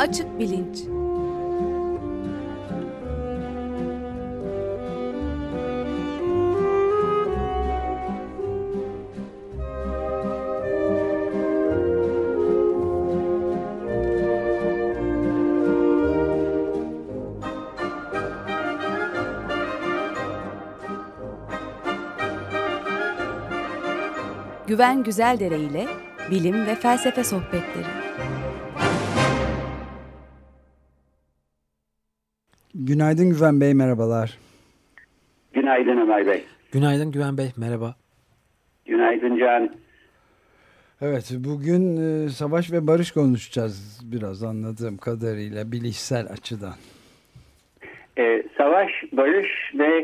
Açık bilinç. Güven Güzeldere ile bilim ve felsefe sohbetleri. Günaydın Güven Bey, merhabalar. Günaydın Ömer Bey. Günaydın Güven Bey, merhaba. Günaydın Can. Evet, bugün savaş ve barış konuşacağız biraz anladığım kadarıyla bilişsel açıdan. Savaş, barış ve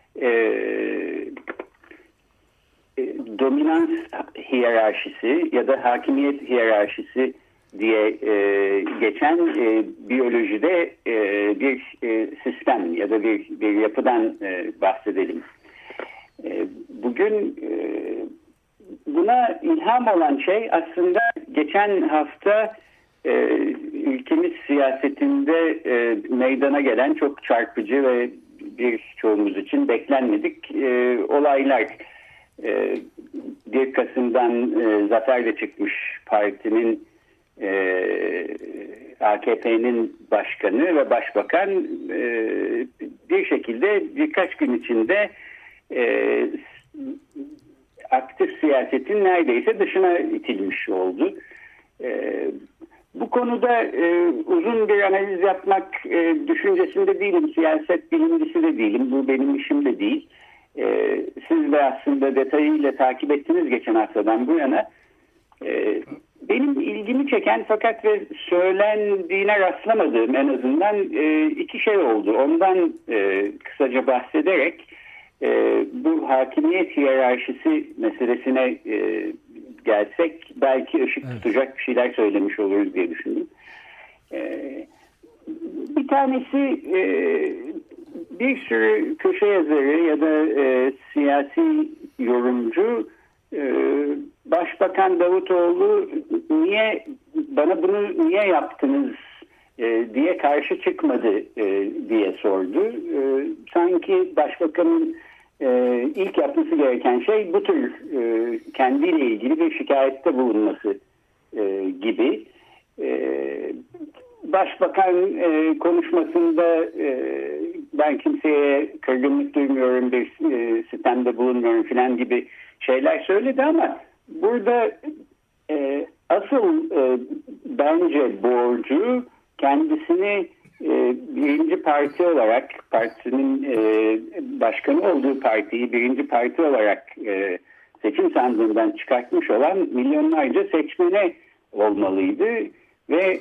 dominans hiyerarşisi ya da hakimiyet hiyerarşisi diye geçen biyolojide bir sistem ya da bir yapıdan bahsedelim. Bugün buna ilham olan şey aslında geçen hafta ülkemiz siyasetinde meydana gelen çok çarpıcı ve birçoğumuz için beklenmedik olaylar. 1 Kasım'dan zaferle çıkmış partinin AKP'nin başkanı ve başbakan bir şekilde birkaç gün içinde aktif siyasetin neredeyse dışına itilmiş oldu. Bu konuda uzun bir analiz yapmak düşüncesinde değilim. Siyaset bilimcisi de değilim. Bu benim işim de değil. Siz de aslında detayıyla takip ettiniz geçen haftadan bu yana. Benim ilgimi çeken fakat ve söylendiğine rastlamadığım en azından iki şey oldu. Ondan kısaca bahsederek bu hakimiyet hiyerarşisi meselesine gelsek belki ışık tutacak bir şeyler söylemiş oluruz diye düşündüm. Bir tanesi bir sürü köşe yazarı ya da siyasi yorumcu Başbakan Davutoğlu bana bunu niye yaptınız diye karşı çıkmadı diye sordu. Sanki başbakanın ilk yapması gereken şey bu tür kendiyle ilgili bir şikayette bulunması gibi. Başbakan konuşmasında ben kimseye kırgınlık duymuyorum, bir sistemde bulunmuyorum filan gibi şeyler söyledi ama burada asıl bence borcu kendisini birinci parti olarak, partisinin başkanı olduğu partiyi birinci parti olarak seçim sandığından çıkartmış olan milyonlarca seçmene olmalıydı ve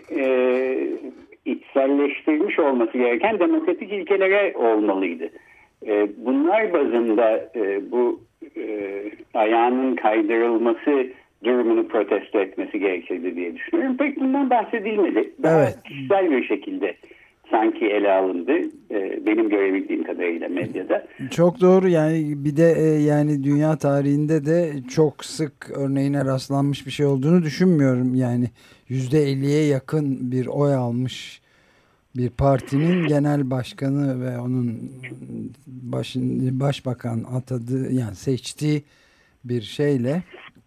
içselleştirmiş olması gereken demokratik ilkelere olmalıydı. Bunlar bazında bu ayağının kaydırılması durumunu protesto etmesi gerekirdi diye düşünüyorum. Pek bundan bahsedilmedi. Daha kişisel bir şekilde sanki ele alındı. Benim görebildiğim kadarıyla medyada. Çok doğru, yani bir de yani dünya tarihinde de çok sık örneğine rastlanmış bir şey olduğunu düşünmüyorum. Yani %50'ye yakın bir oy almış bir partinin genel başkanı ve onun başbakan atadığı, yani seçtiği bir şeyle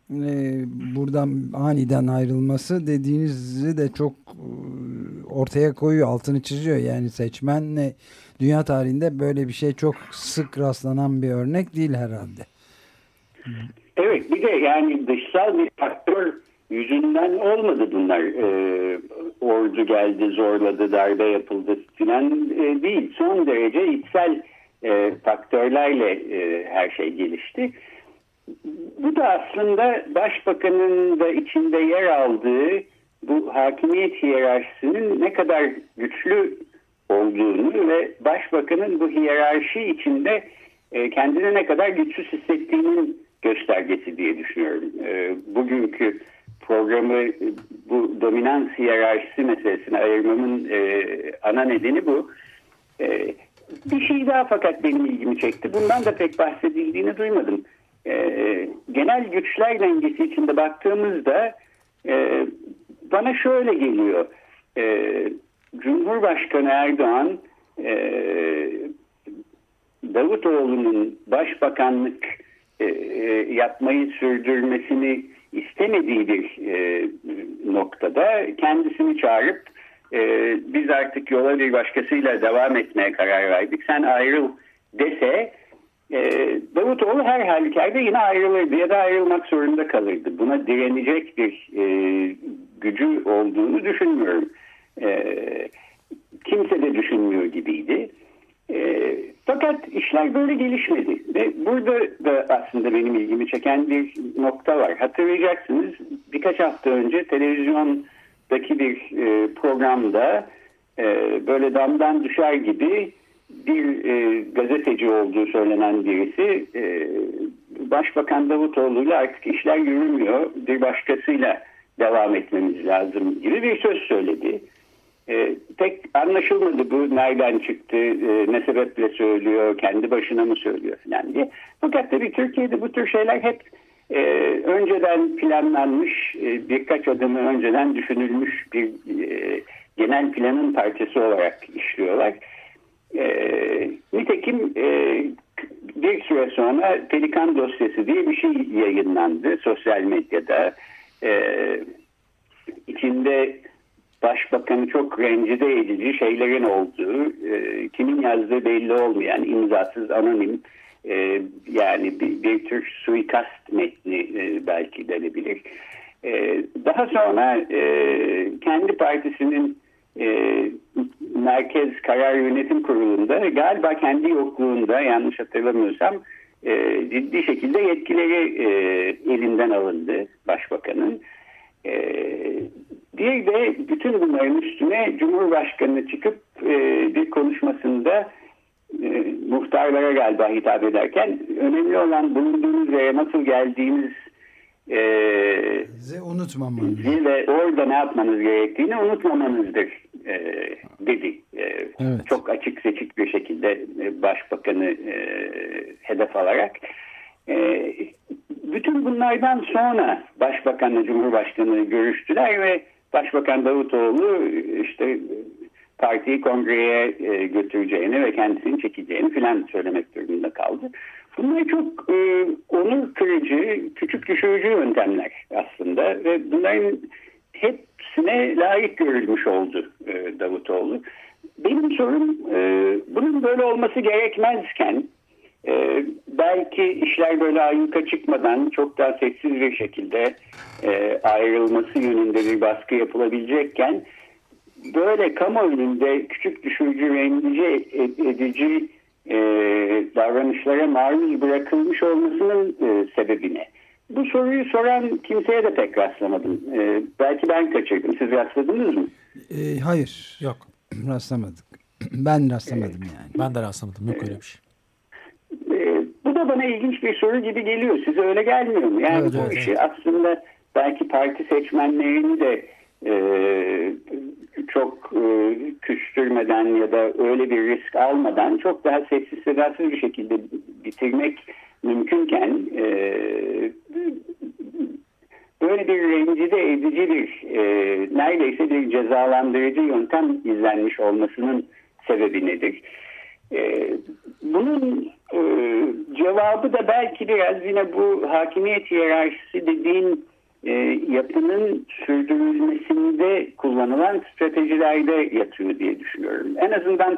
buradan aniden ayrılması dediğinizi de çok ortaya koyuyor, altını çiziyor. Yani seçmenle dünya tarihinde böyle bir şey çok sık rastlanan bir örnek değil herhalde. Evet, bir de yani dışsal bir faktör yüzünden olmadı bunlar. Ordu geldi, zorladı, darbe yapıldı filan değil. Son derece içsel faktörlerle her şey gelişti. Bu da aslında başbakanın da içinde yer aldığı bu hakimiyet hiyerarşisinin ne kadar güçlü olduğunu ve başbakanın bu hiyerarşi içinde kendini ne kadar güçsüz hissettiğinin göstergesi diye düşünüyorum. Bugünkü programı bu dominans hiyerarşisi meselesine ayırmamın ana nedeni bu. Bir şey daha fakat benim ilgimi çekti. Bundan da pek bahsedildiğini duymadım. Genel güçler dengesi içinde baktığımızda bana şöyle geliyor. Cumhurbaşkanı Erdoğan Davutoğlu'nun başbakanlık yapmayı sürdürmesini istemediği bir noktada kendisini çağırıp biz artık yola bir başkasıyla devam etmeye karar verdik, sen ayrıl dese Davutoğlu her halükarda yine ayrılırdı ya da ayrılmak zorunda kalırdı. Buna direnecek bir gücü olduğunu düşünmüyorum. Kimse de düşünmüyor gibiydi. Fakat işler böyle gelişmedi. Ve burada da aslında benim ilgimi çeken bir nokta var. Hatırlayacaksınız, birkaç hafta önce televizyondaki bir programda böyle damdan düşer gibi bir gazeteci olduğu söylenen birisi Başbakan Davutoğlu'yla artık işler yürümüyor, bir başkasıyla devam etmemiz lazım gibi bir söz söyledi. Pek anlaşılmadı bu nereden çıktı, ne sebeple söylüyor, kendi başına mı söylüyor falan diye. Fakat tabii Türkiye'de bu tür şeyler hep önceden planlanmış, birkaç adımı önceden düşünülmüş bir genel planın parçası olarak işliyorlar. Nitekim bir süre sonra Pelikan dosyası diye bir şey yayınlandı sosyal medyada. İçinde Başbakanı çok rencide edici şeylerin olduğu, kimin yazdığı belli olmayan, imzasız, anonim, yani bir tür suikast metni belki denebilir. Daha sonra kendi partisinin Merkez Karar Yönetim Kurulu'nda galiba kendi yokluğunda, yanlış hatırlamıyorsam, ciddi şekilde yetkileri elinden alındı Başbakanın. Bir de bütün bunların üstüne Cumhurbaşkanı çıkıp bir konuşmasında muhtarlara galiba hitap ederken önemli olan bulunduğunuz yere nasıl geldiğiniz unutmamanız ve orada ne yapmanız gerektiğini unutmamanızdır dedi. Evet. Çok açık seçik bir şekilde Başbakanı hedef alarak. Bütün bunlardan sonra Başbakanla Cumhurbaşkanı görüştüler ve Başbakan Davutoğlu işte partiyi kongreye götüreceğini ve kendisini çekeceğini filan söylemek durumunda kaldı. Bunlar çok onur kırıcı, küçük düşürücü yöntemler aslında ve bunların hepsine layık görülmüş oldu Davutoğlu. Benim sorum bunun böyle olması gerekmezken belki işler böyle ayyuka çıkmadan çok daha sessiz bir şekilde ayrılması yönünde bir baskı yapılabilecekken böyle kamuoyunda küçük düşürücü, rencide edici davranışlara maruz bırakılmış olmasının sebebi ne? Bu soruyu soran kimseye de pek rastlamadım. Belki ben kaçırdım. Siz rastladınız mı? Hayır. Yok. Rastlamadık. Ben rastlamadım yani. Ben de rastlamadım. Yok öyle bir şey. Bu da bana ilginç bir soru gibi geliyor. Size öyle gelmiyor mu? Yani evet, bu işi aslında belki parti seçmenlerini de çok küstürmeden ya da öyle bir risk almadan çok daha sessiz sedasız bir şekilde bitirmek mümkünken böyle bir rencide edici bir neredeyse bir cezalandırıcı yöntem izlenmiş olmasının sebebi nedir? Bunun cevabı da belki biraz yine bu hakimiyet hiyerarşisi dediğin yapının sürdürülmesinde kullanılan stratejilerde yatıyor diye düşünüyorum. En azından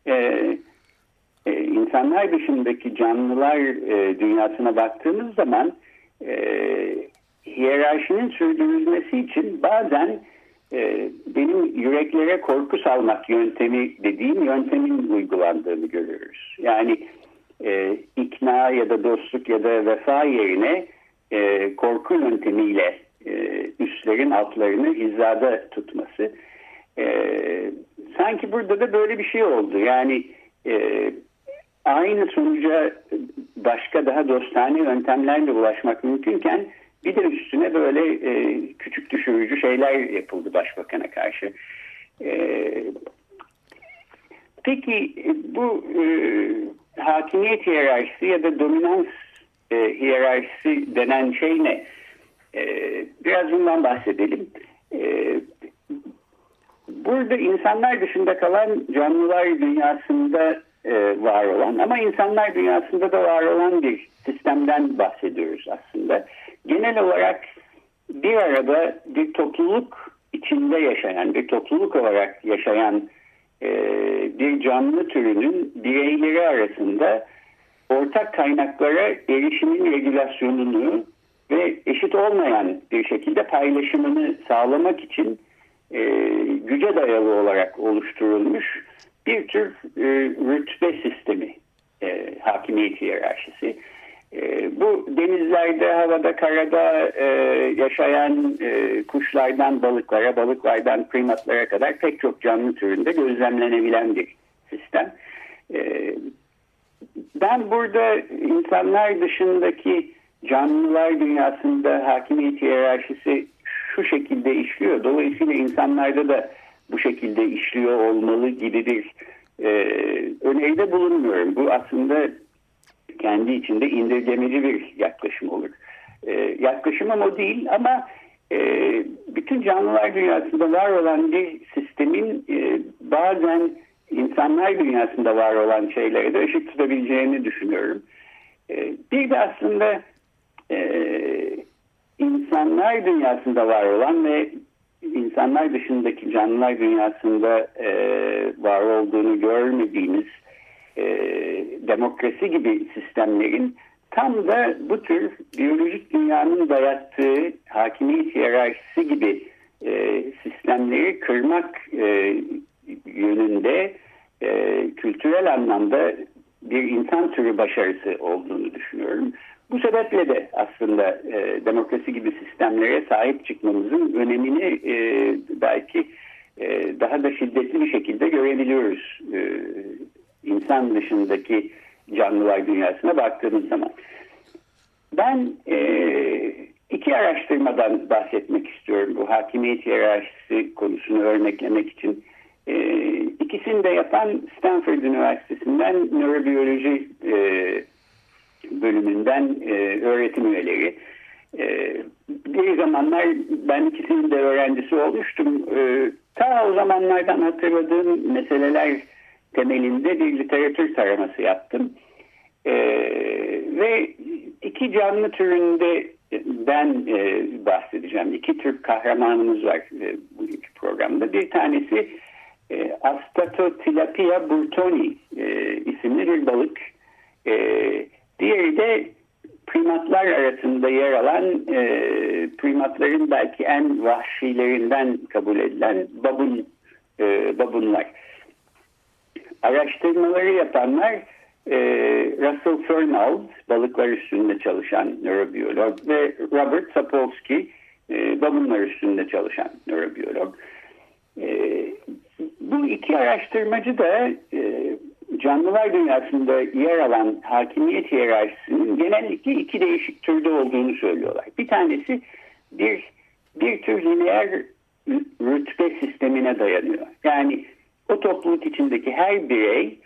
insanlar dışındaki canlılar dünyasına baktığımız zaman hiyerarşinin sürdürülmesi için bazen benim yüreklere korku salmak yöntemi dediğim yöntemin uygulandığını görüyoruz. Yani ikna ya da dostluk ya da vefa yerine korku yöntemiyle üstlerin altlarını hizada tutması. Sanki burada da böyle bir şey oldu. Yani aynı sonuca başka daha dostane yöntemlerle ulaşmak mümkünken bir de üstüne böyle küçük düşürücü şeyler yapıldı Başbakan'a karşı. Peki bu hakimiyet hiyerarşisi ya da dominans hiyerarşisi denen şey ne? Biraz bundan bahsedelim. burada insanlar dışında kalan canlılar dünyasında var olan ama insanlar dünyasında da var olan bir sistemden bahsediyoruz aslında. Genel olarak bir arada bir topluluk içinde yaşayan, bir topluluk olarak yaşayan bir canlı türünün bireyleri arasında ortak kaynaklara erişimin regülasyonunu ve eşit olmayan bir şekilde paylaşımını sağlamak için güce dayalı olarak oluşturulmuş bir tür rütbe sistemi, hakimiyet hiyerarşisi. Bu denizlerde, havada, karada yaşayan kuşlardan balıklara, balıklardan primatlara kadar pek çok canlı türünde gözlemlenebilen bir sistem. Ben burada insanlar dışındaki canlılar dünyasında hakimiyet hiyerarşisi şu şekilde işliyor. Dolayısıyla insanlarda da bu şekilde işliyor olmalı gibi bir öneride bulunmuyorum. Bu aslında kendi içinde indirgemeci bir yaklaşım olur. Yaklaşımım o değil ama bütün canlılar dünyasında var olan bir sistemin bazen insanlar dünyasında var olan şeylere de ışık tutabileceğini düşünüyorum. Bir de aslında insanlar dünyasında var olan ve insanlar dışındaki canlılar dünyasında var olduğunu görmediğimiz demokrasi gibi sistemlerin tam da bu tür biyolojik dünyanın dayattığı hakimiyet hiyerarşisi gibi sistemleri kırmak yönünde kültürel anlamda bir insan türü başarısı olduğunu düşünüyorum. Bu sebeple de aslında demokrasi gibi sistemlere sahip çıkmamızın önemini belki daha da şiddetli bir şekilde görebiliyoruz. İnsan dışındaki canlılar dünyasına baktığımız zaman. Ben iki araştırmadan bahsetmek istiyorum bu hakimiyet hiyerarşisi konusunu örneklemek için. İkisini de yapan Stanford Üniversitesi'nden nörobiyoloji bölümünden öğretim üyeleri. Bir zamanlar ben ikisinin de öğrencisi olmuştum. Ta o zamanlardan hatırladığım meseleler temelinde bir literatür taraması yaptım. Ve iki canlı türünden bahsedeceğim. İki tür kahramanımız var bu iki programda. Bir tanesi Astatotilapia burtoni isimli bir balık. Diğeri de primatlar arasında yer alan primatların belki en vahşilerinden kabul edilen babunlar. Araştırmaları yapanlar Russell Fernald, balıklar üstünde çalışan nörobiyolog ve Robert Sapolsky, babunlar üstünde çalışan nörobiyolog. Bu iki araştırmacı da canlılar dünyasında yer alan hakimiyet hiyerarşisinin genellikle iki değişik türde olduğunu söylüyorlar. Bir tanesi bir tür lineer rütbe sistemine dayanıyor. Yani o topluluk içindeki her birey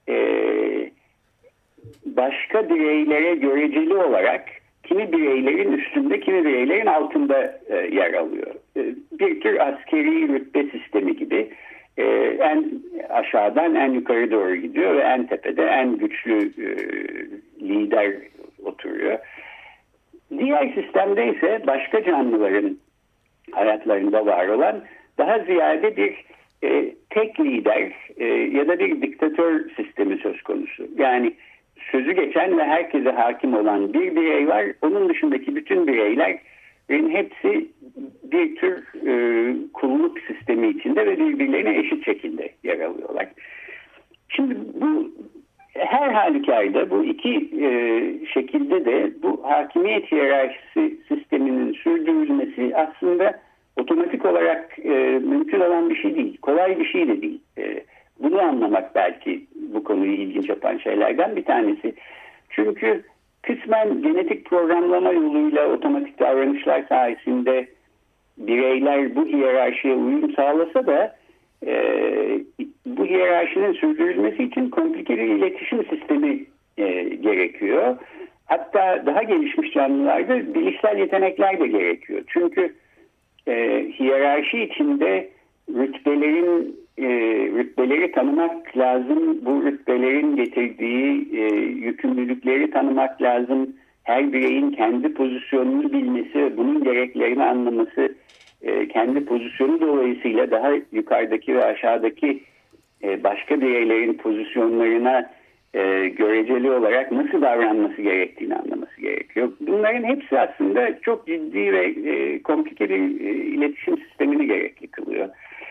başka bireylere göreceli olarak kimi bireylerin üstünde, kimi bireylerin altında yer alıyor. Bir tür askeri rütbe sistemi gibi en aşağıdan en yukarı doğru gidiyor ve en tepede en güçlü lider oturuyor. Diğer sistemde ise başka canlıların hayatlarında var olan daha ziyade bir tek lider ya da bir diktatör sistemi söz konusu. Yani sözü geçen ve herkese hakim olan bir birey var. Onun dışındaki bütün bireylerin hepsi bir tür kulluk sistemi içinde ve birbirlerine eşit şekilde yer alıyorlar. Şimdi bu her halükarda bu iki şekilde de bu hakimiyet hiyerarşisi sisteminin sürdürülmesi aslında otomatik olarak mümkün olan bir şey değil. Kolay bir şey de değil. Bunu anlamak belki bu konuyu ilginç yapan şeylerden bir tanesi. Çünkü kısmen genetik programlama yoluyla otomatik davranışlar sayesinde bireyler bu hiyerarşiye uyum sağlasa da bu hiyerarşinin sürdürülmesi için komplike bir iletişim sistemi gerekiyor. Hatta daha gelişmiş canlılarda bilişsel yetenekler de gerekiyor. Çünkü hiyerarşi içinde rütbeleri tanımak lazım. Bu rütbelerin getirdiği yükümlülükleri tanımak lazım. Her bireyin kendi pozisyonunu bilmesi, bunun gereklerini anlaması, kendi pozisyonu dolayısıyla daha yukarıdaki ve aşağıdaki başka bireylerin pozisyonlarına göreceli olarak nasıl davranması gerektiğini anlaması gerekiyor. Bunların hepsi aslında çok ciddi ve komplike bir iletişim sistemini gerekli kılıyor.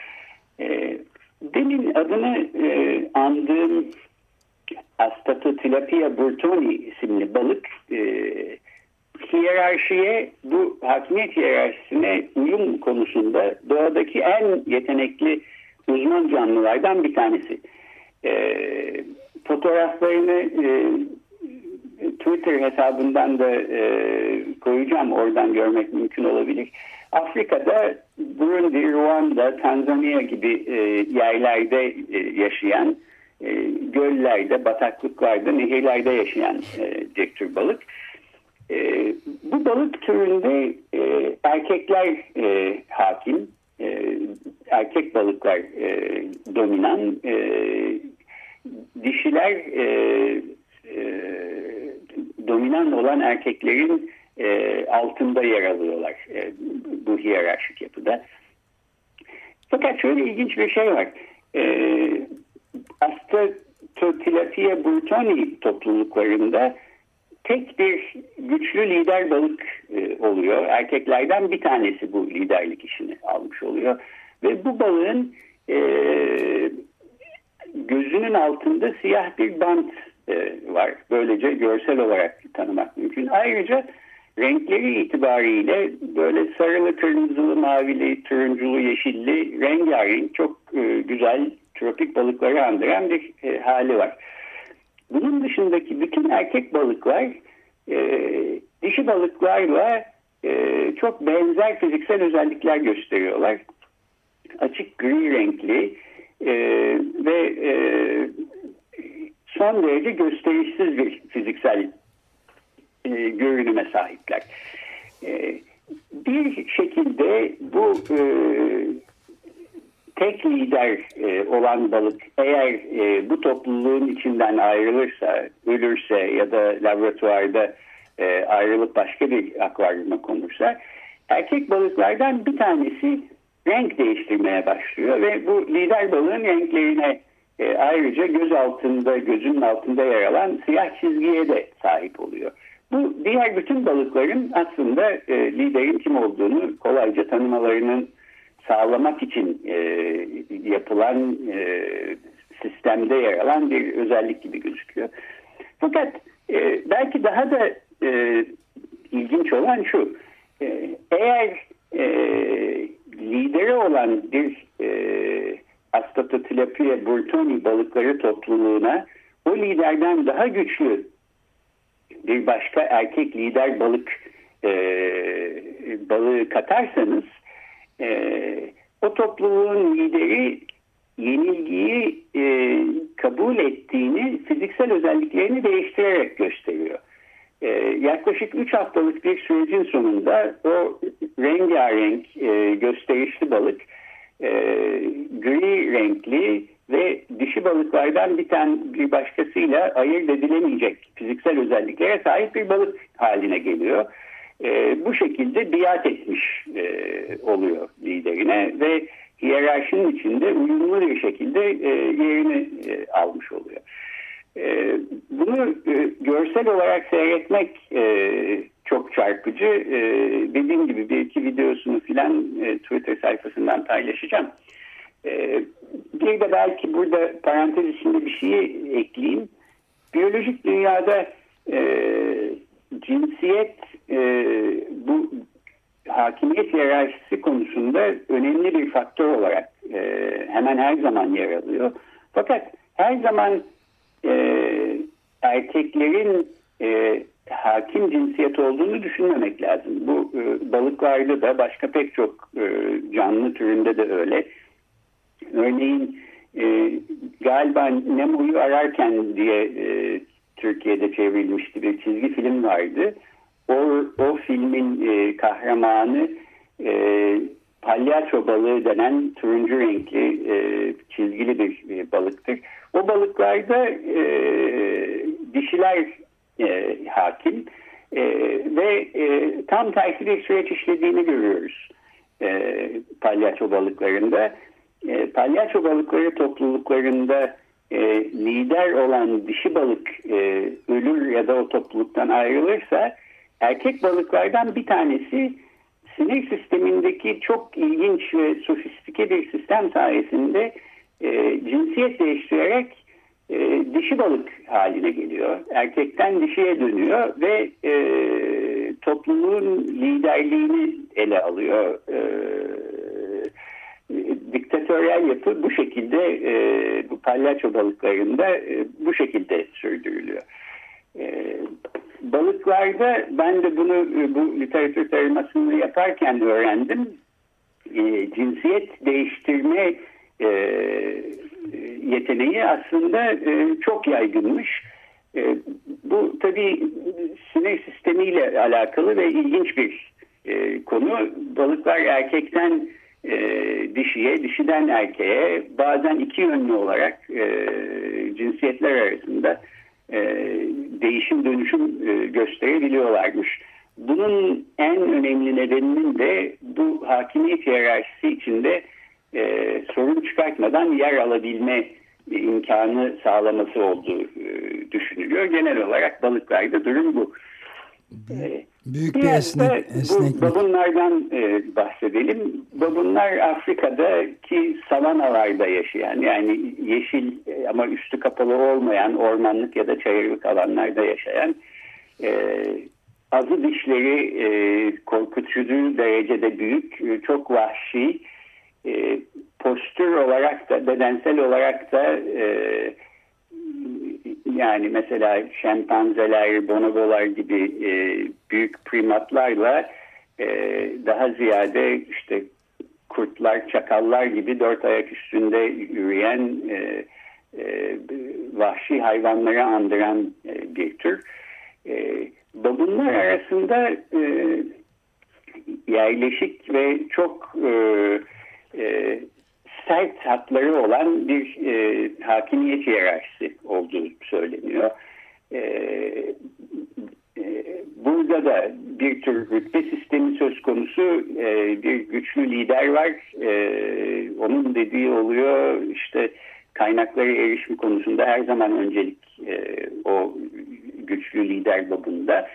Demin adını andığım Astatotilapia burtoni isimli balık hiyerarşiye, bu hakimiyet hiyerarşisine uyum konusunda doğadaki en yetenekli uzman canlılardan bir tanesi. Fotoğraflarını Twitter hesabından da koyacağım, oradan görmek mümkün olabilir. Afrika'da Burundi, Ruanda, Tanzanya gibi yerlerde yaşayan, göllerde, bataklıklarda, nehirlerde yaşayan cektur balık. Bu balık türünde erkekler hakim, erkek balıklar dominan, dişiler dominan olan erkeklerin altında yer alıyorlar bu hiyerarşik yapıda. Fakat şöyle ilginç bir şey var. Astatotilapia burtoni topluluklarında tek bir güçlü lider balık oluyor. Erkeklerden bir tanesi bu liderlik işini almış oluyor. Ve bu balığın gözünün altında siyah bir bant var. Böylece görsel olarak tanımak mümkün. Ayrıca renkleri itibariyle böyle sarılı, kırmızılı, mavili, turunculu, yeşilli, rengarenk, çok güzel tropik balıkları andıran bir hali var. Bunun dışındaki bütün erkek balıklar dişi balıklarla çok benzer fiziksel özellikler gösteriyorlar. Açık gri renkli ve son derece gösterişsiz bir fiziksel görünüme sahipler. Bir şekilde bu tek lider olan balık eğer bu topluluğun içinden ayrılırsa, ölürse ya da laboratuvarda ayrılıp başka bir akvaryuma konursa, erkek balıklardan bir tanesi renk değiştirmeye başlıyor ve bu lider balığın renklerine ayrıca gözünün altında yer alan siyah çizgiye de sahip oluyor. Bu diğer bütün balıkların aslında liderin kim olduğunu kolayca tanımalarının sağlamak için yapılan sistemde yer alan bir özellik gibi gözüküyor. Fakat belki daha da ilginç olan şu, eğer lideri olan bir Astatotilapia burtoni balıkları topluluğuna o liderden daha güçlü bir başka erkek lider balığı katarsanız, o topluluğun lideri yenilgiyi kabul ettiğini fiziksel özelliklerini değiştirerek gösteriyor. Yaklaşık 3 haftalık bir sürecin sonunda o rengarenk gösterişli balık gri renkli ve dişi balıklardan bir başkasıyla ayırt edilemeyecek fiziksel özelliklere sahip bir balık haline geliyor. Bu şekilde biat etmiş oluyor liderine ve hiyerarşinin içinde uyumlu bir şekilde yerini almış oluyor. Bunu görsel olarak seyretmek çok çarpıcı. Dediğim gibi bir iki videosunu filan Twitter sayfasından paylaşacağım. Bir de belki burada parantez içinde bir şey ekleyeyim. Biyolojik dünyada cinsiyet bu hakimiyet hiyerarşisi konusunda önemli bir faktör olarak hemen her zaman yer alıyor. Fakat her zaman erkeklerin hakim cinsiyet olduğunu düşünmemek lazım. Bu balıklarda da başka pek çok canlı türünde de öyle. Örneğin galiba Nemo'yu ararken diye Türkiye'de çevrilmişti bir çizgi film vardı. O filmin kahramanı palyaço balığı denen turuncu renkli çizgili bir balıktır. O balıklarda dişiler hakim ve tam tersi bir süreç işlediğini görüyoruz palyaço balıklarında. Palyaço balıkları topluluklarında lider olan dişi balık ölür ya da o topluluktan ayrılırsa erkek balıklardan bir tanesi sinir sistemindeki çok ilginç ve sofistike bir sistem sayesinde cinsiyet değiştirerek dişi balık haline geliyor. Erkekten dişiye dönüyor ve topluluğun liderliğini ele alıyor. Diktatöryel yapı bu şekilde bu palyaço balıklarında bu şekilde sürdürülüyor. Balıklarda ben de bunu bu literatür taramasını yaparken öğrendim. Cinsiyet değiştirme yeteneği aslında çok yaygınmış. Bu tabii sinir sistemiyle alakalı ve ilginç bir konu. Balıklar erkekten dişiye, dişiden erkeğe bazen iki yönlü olarak cinsiyetler arasında değişim dönüşüm gösterebiliyorlarmış. Bunun en önemli nedeninin de bu hakimiyet hiyerarşisi içinde sorun çıkartmadan yer alabilme imkanı sağlaması olduğu düşünülüyor. Genel olarak balıklarda durum bu. Büyük bir esneklik. Bu babunlardan bahsedelim. Babunlar Afrika'daki savanalarda yaşayan, yani yeşil ama üstü kapalı olmayan ormanlık ya da çayırlık alanlarda yaşayan, azı dişleri korkutucu derecede büyük, çok vahşi, postür olarak da bedensel olarak da yani mesela şempanzeler, bonobolar gibi büyük primatlarla daha ziyade işte kurtlar, çakallar gibi dört ayak üstünde yürüyen vahşi hayvanları andıran bir tür. Babunlar arasında yerleşik ve çok sert hatları olan bir hakimiyet hiyerarşisi olduğu söyleniyor. Burada da bir tür rütbe sistemi söz konusu, bir güçlü lider var. Onun dediği oluyor, işte kaynaklara erişim konusunda her zaman öncelik o güçlü lider babında.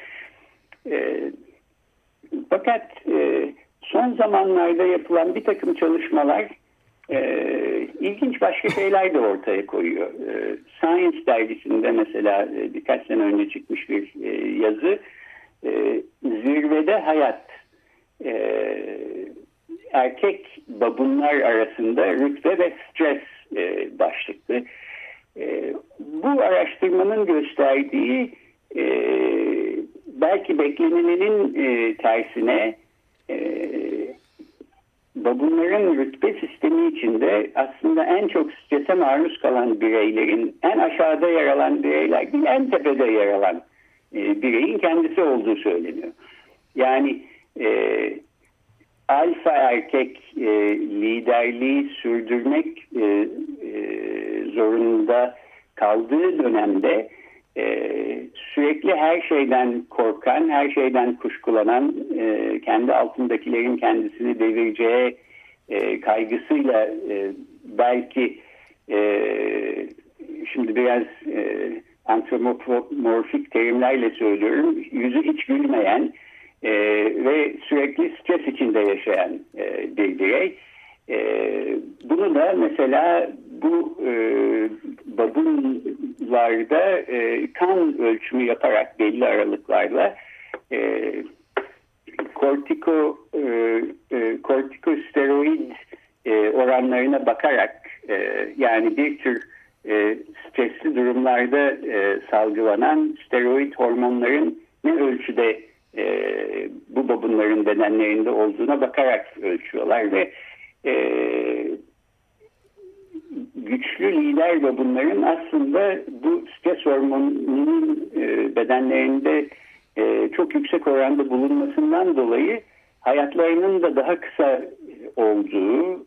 Fakat son zamanlarda yapılan bir takım çalışmalar ilginç başka şeyler de ortaya koyuyor. Science dergisinde mesela birkaç sene önce çıkmış bir yazı, zirvede hayat, erkek babunlar arasında rütbe ve stres başlıklı. Bu araştırmanın gösterdiği belki beklenenin tersine babunların rütbe sistemi içinde aslında en çok strese maruz kalan bireylerin en aşağıda yer alan bireyler değil, en tepede yer alan bireyin kendisi olduğu söyleniyor. Yani alfa erkek liderliği sürdürmek zorunda kaldığı dönemde sürekli her şeyden korkan, her şeyden kuşkulanan, kendi altındakilerin kendisini devireceği kaygısıyla belki şimdi biraz antropomorfik terimlerle söylüyorum, yüzü hiç gülmeyen ve sürekli stres içinde yaşayan bir birey. Bunu da mesela bu babunlarda kan ölçümü yaparak belli aralıklarla kortikosteroid oranlarına bakarak yani bir tür stresli durumlarda salgılanan steroid hormonların ne ölçüde bu babunların bedenlerinde olduğuna bakarak ölçüyorlar ve güçlü lider babunların aslında bu stres hormonunun bedenlerinde çok yüksek oranda bulunmasından dolayı hayatlarının da daha kısa olduğu,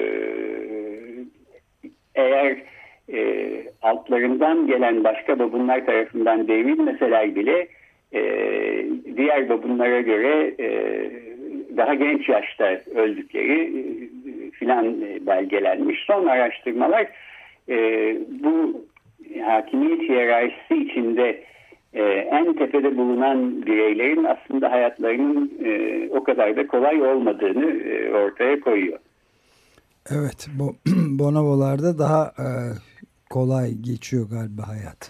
eğer altlarından gelen başka babunlar tarafından devrilmeseler bile diğer babunlara göre daha genç yaşta öldükleri filan belgelenmiş. Son araştırmalar bu hakimiyet hiyerarşisi içinde en tepede bulunan bireylerin aslında hayatlarının o kadar da kolay olmadığını ortaya koyuyor. Evet, bonobolarda daha kolay geçiyor galiba hayat.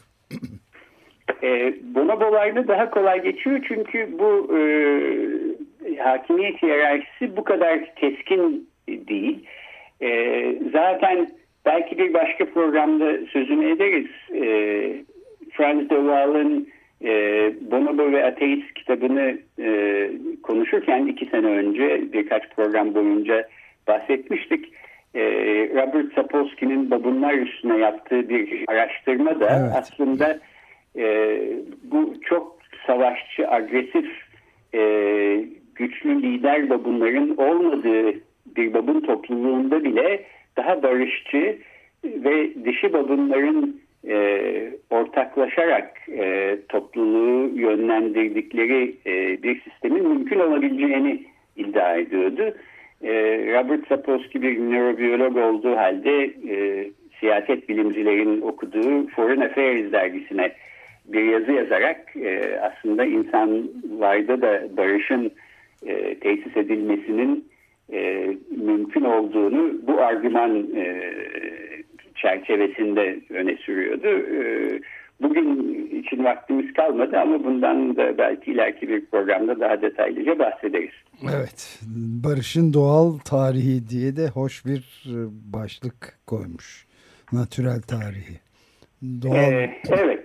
Bonobolarda daha kolay geçiyor çünkü bu hakimiyet hiyerarşisi bu kadar keskin değil. Zaten belki bir başka programda sözünü ederiz. Frans de Waal'ın Bonobo ve Ateist kitabını konuşurken 2 sene önce birkaç program boyunca bahsetmiştik. Robert Sapolsky'nin babunlar üstüne yaptığı bir araştırma da aslında bu çok savaşçı, agresif, güçlü lider babunların olmadığı bir babun topluluğunda bile daha barışçı ve dişi babunların ortaklaşarak topluluğu yönlendirdikleri bir sistemin mümkün olabileceğini iddia ediyordu. Robert Sapolsky bir nörobiyolog olduğu halde siyaset bilimcilerin okuduğu Foreign Affairs dergisine bir yazı yazarak aslında insanlarda da barışın tesis edilmesinin mümkün olduğunu bu argüman çerçevesinde öne sürüyordu. Bugün için vaktimiz kalmadı ama bundan da belki ileriki bir programda daha detaylıca bahsederiz. Evet, barışın doğal tarihi diye de hoş bir başlık koymuş. Natürel tarihi. Doğal... Evet.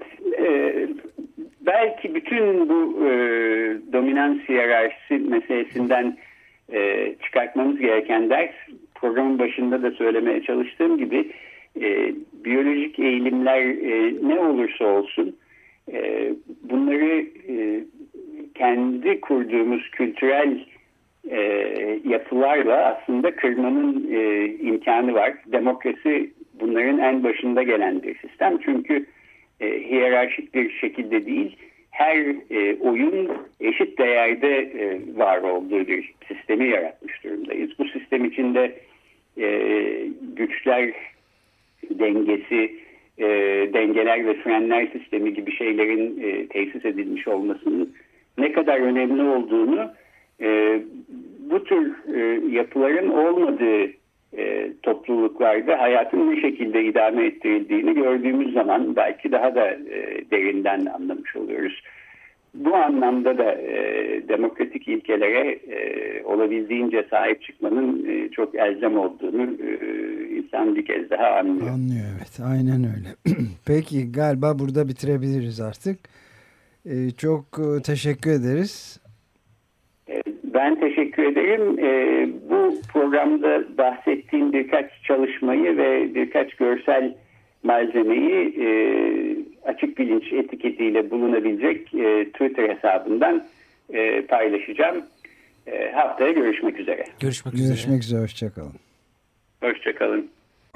Belki bütün bu dominans hiyerarşisi meselesinden çıkartmamız gereken ders, programın başında da söylemeye çalıştığım gibi, biyolojik eğilimler ne olursa olsun bunları kendi kurduğumuz kültürel yapılarla aslında kırmanın imkanı var. Demokrasi bunların en başında gelen bir sistem. Çünkü hiyerarşik bir şekilde değil, her oyun eşit değerde var olduğu bir sistemi yaratmış durumdayız. Bu sistem içinde güçler dengesi, dengeler ve frenler sistemi gibi şeylerin tesis edilmiş olmasının ne kadar önemli olduğunu, bu tür yapıların olmadığı topluluklarda hayatın ne şekilde idame ettirildiğini gördüğümüz zaman belki daha da derinden anlamış oluyoruz. Bu anlamda da demokratik ilkelere olabildiğince sahip çıkmanın çok elzem olduğunu insan bir kez daha anlıyor. Anlıyor, evet, aynen öyle. Peki, galiba burada bitirebiliriz artık. Çok teşekkür ederiz. Ben teşekkür ederim. Bu programda bahsettiğim birkaç çalışmayı ve birkaç görsel malzemeyi Açık Bilinç etiketiyle bulunabilecek Twitter hesabından paylaşacağım. Haftaya görüşmek üzere. Görüşmek üzere. Hoşçakalın. Hoşçakalın.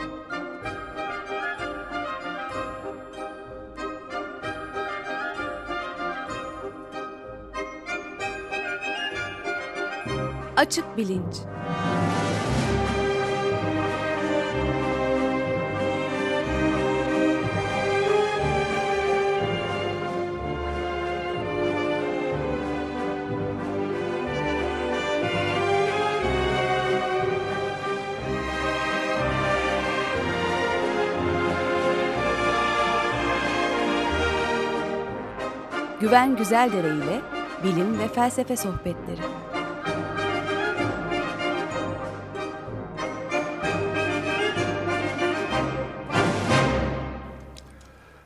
Açık Bilinç. Güven Güzeldere ile bilim ve felsefe sohbetleri.